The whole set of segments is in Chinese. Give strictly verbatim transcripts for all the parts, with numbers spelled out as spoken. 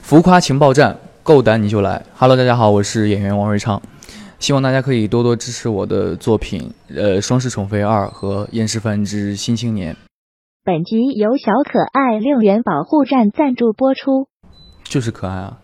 浮夸情报站，够胆你就来。Hello， 大家好，我是演员王瑞畅，希望大家可以多多支持我的作品，呃，《双世宠妃二》和《厌世繁之新青年》。 本集由小可爱六元保护站赞助播出。 就是可爱啊！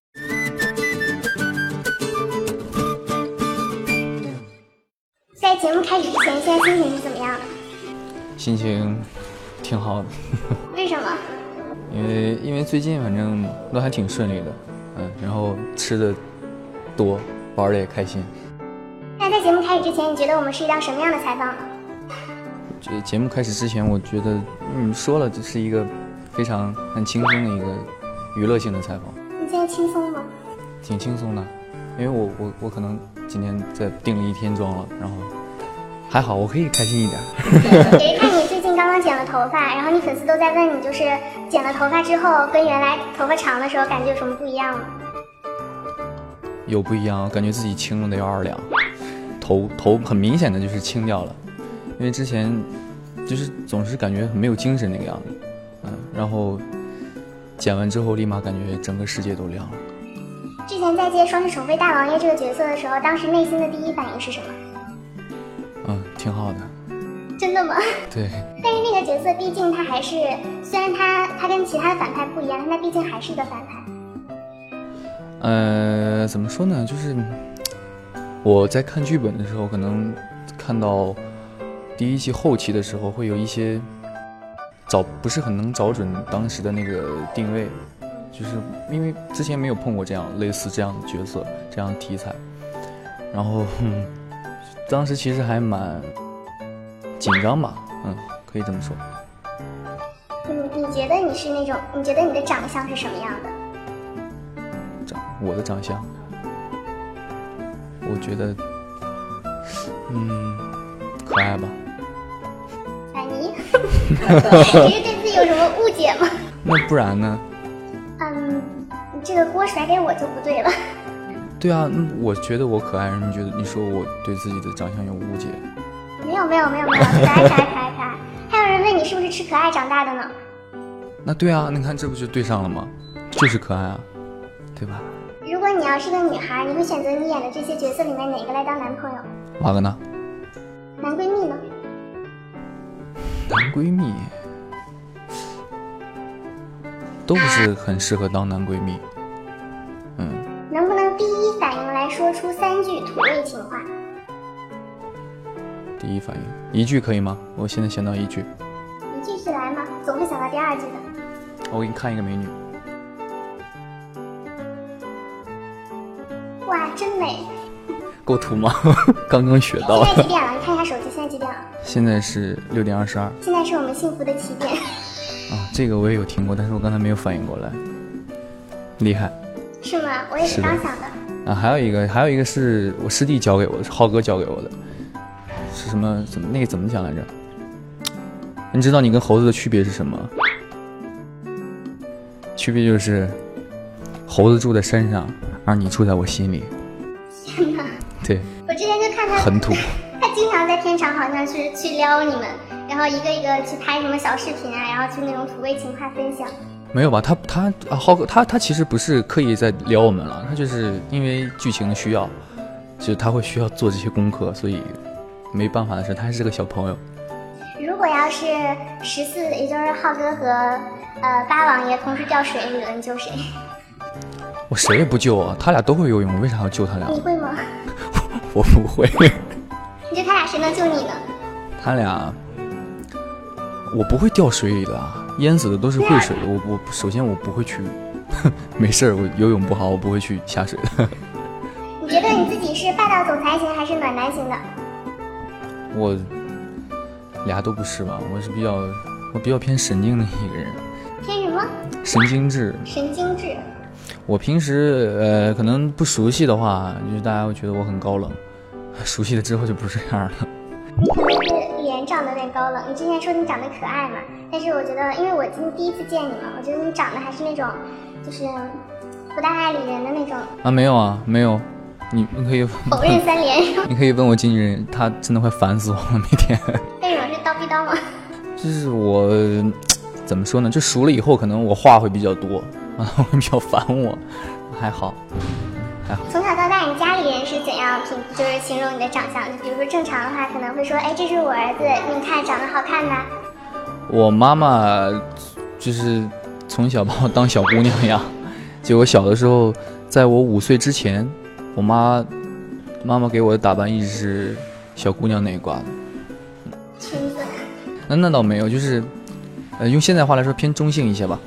在节目开始之前，现在心情是怎么样的？ 心情挺好的。 为什么？ 因为因为最近反正都还挺顺利的，嗯，然后吃的多，玩的也开心。 那在节目开始之前，你觉得我们是一档什么样的采访呢？ 这节目开始之前，我觉得嗯说了，这是一个非常很轻松的一个娱乐性的采访。 你现在轻松吗？ 挺轻松的，因为我我我可能今天在定了一天妆了，然后还好，我可以开心一点。 也看你最近刚刚剪了头发，然后你粉丝都在问你，就是剪了头发之后跟原来头发长的时候感觉有什么不一样吗？ 有不一样，感觉自己轻了得有二两，头头很明显的就是轻掉了，因为之前就是总是感觉很没有精神那个样子，嗯，然后剪完之后立马感觉整个世界都亮了。 之前在接双世宠妃大王爷这个角色的时候，当时内心的第一反应是什么？ 嗯，挺好的。 真的吗？ 对。 但是那个角色毕竟他还是，虽然他他跟其他的反派不一样，但他毕竟还是一个反派。 呃，怎么说呢？就是我在看剧本的时候，可能看到第一季后期的时候，会有一些找不是很能找准当时的那个定位，就是因为之前没有碰过这样类似这样的角色，这样的题材，然后哼当时其实还蛮紧张吧，嗯，可以这么说。 嗯，你觉得你是那种？你觉得你的长相是什么样的？ 长我的长相，我觉得，嗯，可爱吧。 哎你，你是对自己有什么误解吗？ 那不然呢？ 嗯，你这个锅甩给我就不对了。 对啊，我觉得我可爱，你觉得你说我对自己的长相有误解？ 没有没有没有没有，可爱可爱可爱可爱。还有人问你是不是吃可爱长大的呢？ 那对啊，你看这不就对上了吗？就是可爱啊，对吧？ 如果你要是个女孩，你会选择你演的这些角色里面哪个来当男朋友？ 哪个呢？ 男闺蜜呢？ 男闺蜜都不是很适合当男闺蜜。嗯。 能不能第一反应来说出三句土味情话？ 第一反应一句可以吗？我现在想到一句。 一句是来吗？总会想到第二句的。 我给你看一个美女。 哇，真美。 够土吗？刚刚学到了。 现在几点了？你看一下手机，现在几点了？ 现在是六点二十二。 现在是我们幸福的起点。 啊，这个我也有听过，但是我刚才没有反应过来。厉害。 是吗？我也是刚想的。 啊，还有一个，还有一个是我师弟教给我的，是浩哥教给我的，是什么？怎么那个怎么讲来着？你知道你跟猴子的区别是什么？区别就是猴子住在山上，而你住在我心里。 天哪！ 对， 我之前就看他很土。 他经常在片场好像是去撩你们，然后一个一个去拍什么小视频啊，然后去那种土味情话分享。没有吧？他他啊，浩哥他他其实不是刻意在撩我们了，他就是因为剧情的需要，就是他会需要做这些功课，所以没办法的是，他还是个小朋友。 如果要是十四，也就是浩哥和呃八王爷同时掉水里了，你救谁？ 我谁也不救啊，他俩都会游泳，我为啥要救他俩？ 你会吗？ 我不会。 你觉得他俩谁能救你呢？ 他俩，我不会掉水里的啊。淹死的都是会水的，我我首先我不会去，没事我游泳不好，我不会去下水的。 你觉得你自己是霸道总裁型还是暖男型的？ 我俩都不是吧，我是比较我比较偏神经的一个人。 偏什么？ 神经质。神经质。我平时呃可能不熟悉的话，就是大家会觉得我很高冷，熟悉了之后就不是这样了。 你可能是脸长得有点高冷，你之前说你长得可爱嘛，但是我觉得，因为我今天第一次见你嘛，我觉得你长得还是那种，就是不大爱理人的那种。 啊，没有啊，没有，你你可以否认三连。 你可以问我经纪人，他真的快烦死我了，每天。 为什么是叨逼叨吗？ 就是我怎么说呢？就熟了以后，可能我话会比较多， 啊，会比较烦我，还好，还好。 从小到大，你家里人是怎样评，就是形容你的长相？就比如说正常的话，可能会说，哎，这是我儿子，你看长得好看吧？ 我妈妈就是从小把我当小姑娘养，结果小的时候，在我五岁之前，我妈妈妈给我的打扮一直是小姑娘那一挂的。 裙子？ 那那倒没有，就是呃，用现在话来说偏中性一些吧。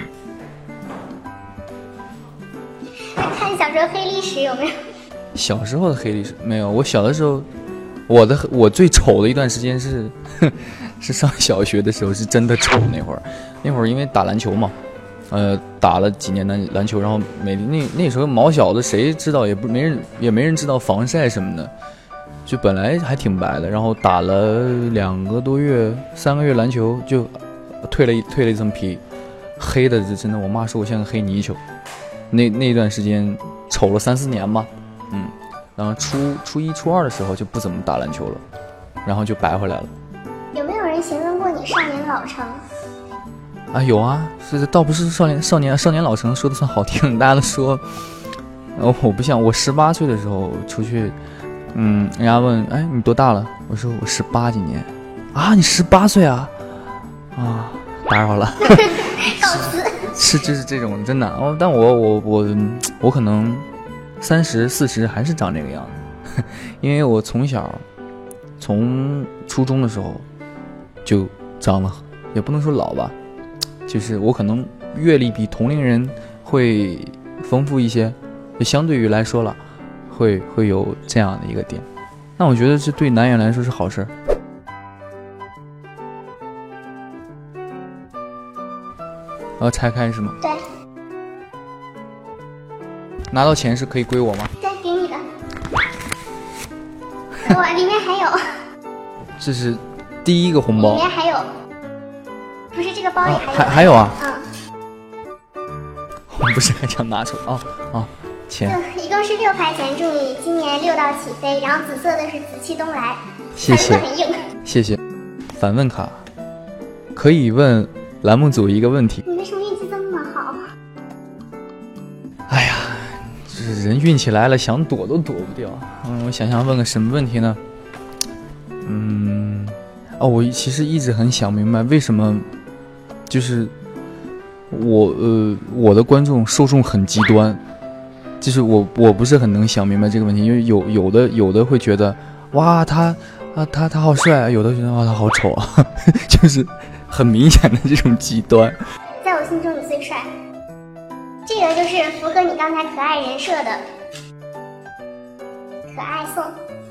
看你小时候黑历史有没有？ 小时候的黑历史没有，我小的时候，我的我最丑的一段时间是是上小学的时候，是真的丑那会儿。那会儿因为打篮球嘛，呃，打了几年篮篮球，然后每那那时候毛小子谁知道也不没人也没人知道防晒什么的，就本来还挺白的，然后打了两个多月三个月篮球就褪了一褪了一层皮，黑的是真的，我妈说我像个黑泥鳅。那那段时间丑了三四年吧，嗯，然后初初一初二的时候就不怎么打篮球了，然后就白回来了。 有没有人形容过你少年老成？ 啊，有啊，是倒不是少年少年少年老成说的算好听，大家都说，呃，我不像我十八岁的时候出去，嗯，人家问，哎，你多大了？我说我十八几年，啊，你十八岁啊？啊，打扰了。 告辞。 是就是这种真的哦，但我我我我可能三十四十还是长这个样子，因为我从小从初中的时候就长得也不能说老吧，就是我可能阅历比同龄人会丰富一些，就相对于来说了，会会有这样的一个点。那我觉得这对男人来说是好事。要拆开是吗？ 对。 拿到钱是可以归我吗？ 对，给你的。我里面还有。 这是第一个红包。 里面还有。不是这个包里还有、 啊、还还有啊？ 嗯。 我不是还想拿出哦哦钱。 一共是六块钱，祝你今年六道起飞。然后紫色的是紫气东来。 谢谢。 很硬。 谢谢。反问卡，可以问栏目组一个问题。 你为什么运气这么好？ 哎呀，就是人运气来了，想躲都躲不掉。嗯，我想想问个什么问题呢？嗯，哦，我其实一直很想明白为什么，就是我呃我的观众受众很极端，就是我我不是很能想明白这个问题，因为有有的有的会觉得哇他啊他他好帅啊，有的觉得哇他好丑啊，就是很明显的这种极端。 在我心中你最帅，这个就是符合你刚才可爱人设的可爱送。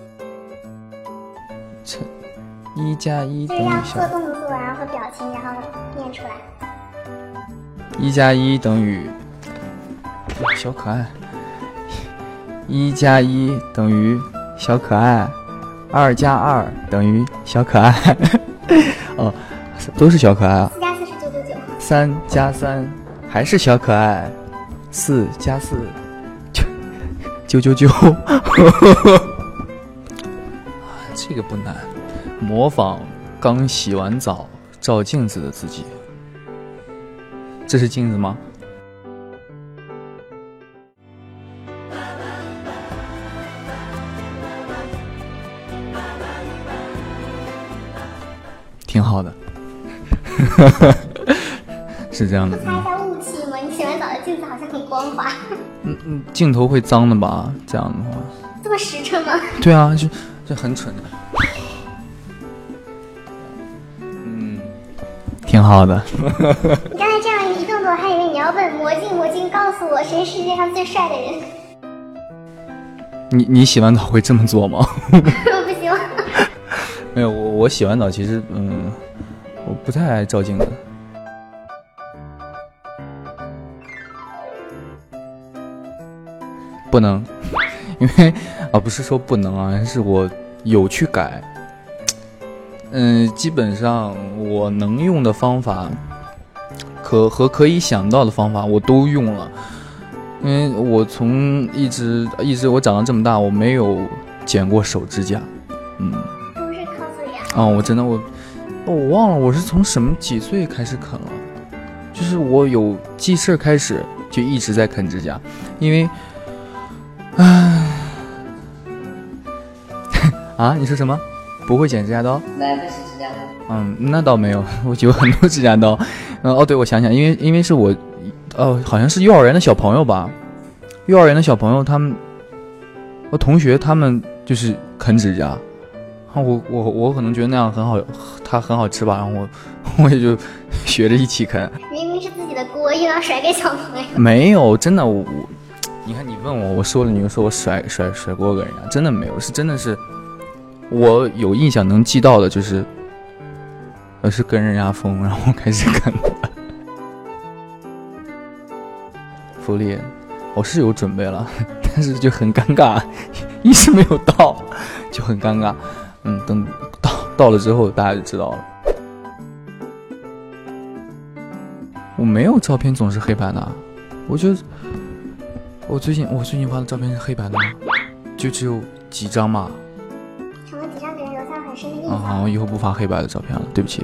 这一加一等于就是要小做动作，然后和表情，然后念出来。 一加一等于小可爱，一加一等于小可爱，二加二等于小可爱。哦，都是小可爱啊。 四加四是九九九。 三加三还是小可爱，四加四九九九。这个不难，模仿刚洗完澡照镜子的自己。这是镜子吗？挺好的。是这样的。 擦一下雾气吗？你洗完澡的镜子好像很光滑。 嗯嗯，镜头会脏的吧？这样的话。 这么实诚吗？ 对啊，就就很蠢的。嗯，挺好的。 你刚才这样一动作，我还以为你要问魔镜，魔镜告诉我谁是世界上最帅的人。 你你洗完澡会这么做吗？ 我不希望。 没有，我我洗完澡其实嗯，我不太爱照镜子。不能，因为啊不是说不能啊，是我有去改。嗯，基本上我能用的方法，可和可以想到的方法我都用了。因为我从一直一直我长到这么大，我没有剪过手指甲。嗯。 不是靠嘴呀。 啊，我真的我，我忘了我是从什么几岁开始啃了， 就是我有记事开始就一直在啃指甲，因为，唉，啊，你说什么？不会剪指甲刀？ 买不起指甲刀。 嗯，那倒没有，我有很多指甲刀。嗯，哦，对，我想想，因为因为是我，哦，好像是幼儿园的小朋友吧，幼儿园的小朋友他们，我同学他们就是啃指甲。我我我可能觉得那样很好，它很好吃吧，然后我我也就学着一起啃。 明明是自己的锅，又要甩给小朋友。 没有，真的我我，你看你问我，我说了，你又说我甩甩甩锅给人家，真的没有，是真的是，我有印象能记到的就是，呃是跟人家疯，然后开始啃的。福利我是有准备了，但是就很尴尬，一直没有到，就很尴尬。嗯，等到到了之后，大家就知道了。我没有照片总是黑白的，我就我最近我最近发的照片是黑白的吗？就只有几张嘛。 成了几张给人留下很深的印象。 啊，我以后不发黑白的照片了，对不起。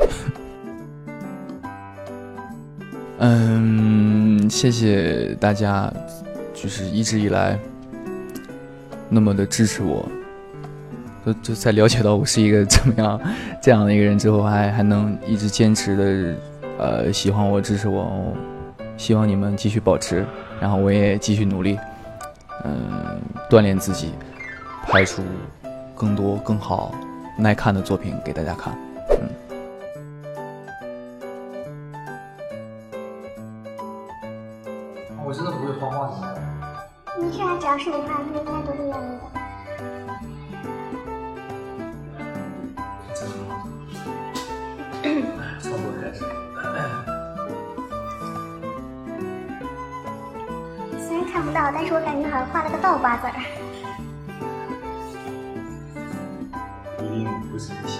嗯，谢谢大家，就是一直以来那么的支持我。就就在了解到我是一个怎么样这样的一个人之后，还还能一直坚持的，呃，喜欢我、支持我，希望你们继续保持，然后我也继续努力，嗯、呃，锻炼自己，拍出更多更好、耐看的作品给大家看，嗯。我真的不会画画的。 没事啊，只要是你画的，他们应该都是愿意的。 差不多开始。 虽然看不到，但是我感觉好像画了个倒瓜子儿。 一定不是你想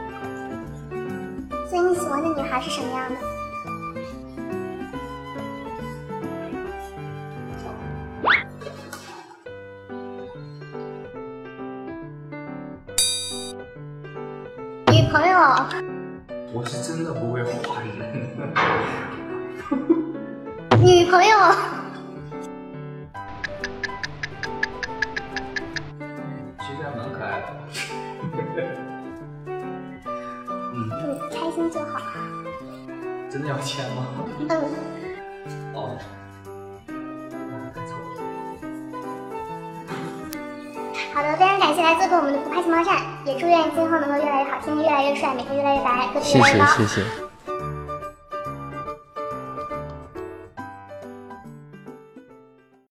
所以你喜欢的女孩是什么样的？女朋友。 我是真的不会画人。 女朋友。 其实还蛮可爱的。嗯， 你开心就好。 真的要签吗？ 嗯。 哦。 好的，非常感谢来做客我们的不怕情报站，也祝愿今后能够越来越好，天天越来越帅，每天越来越白，个子越来越高。 谢谢谢谢。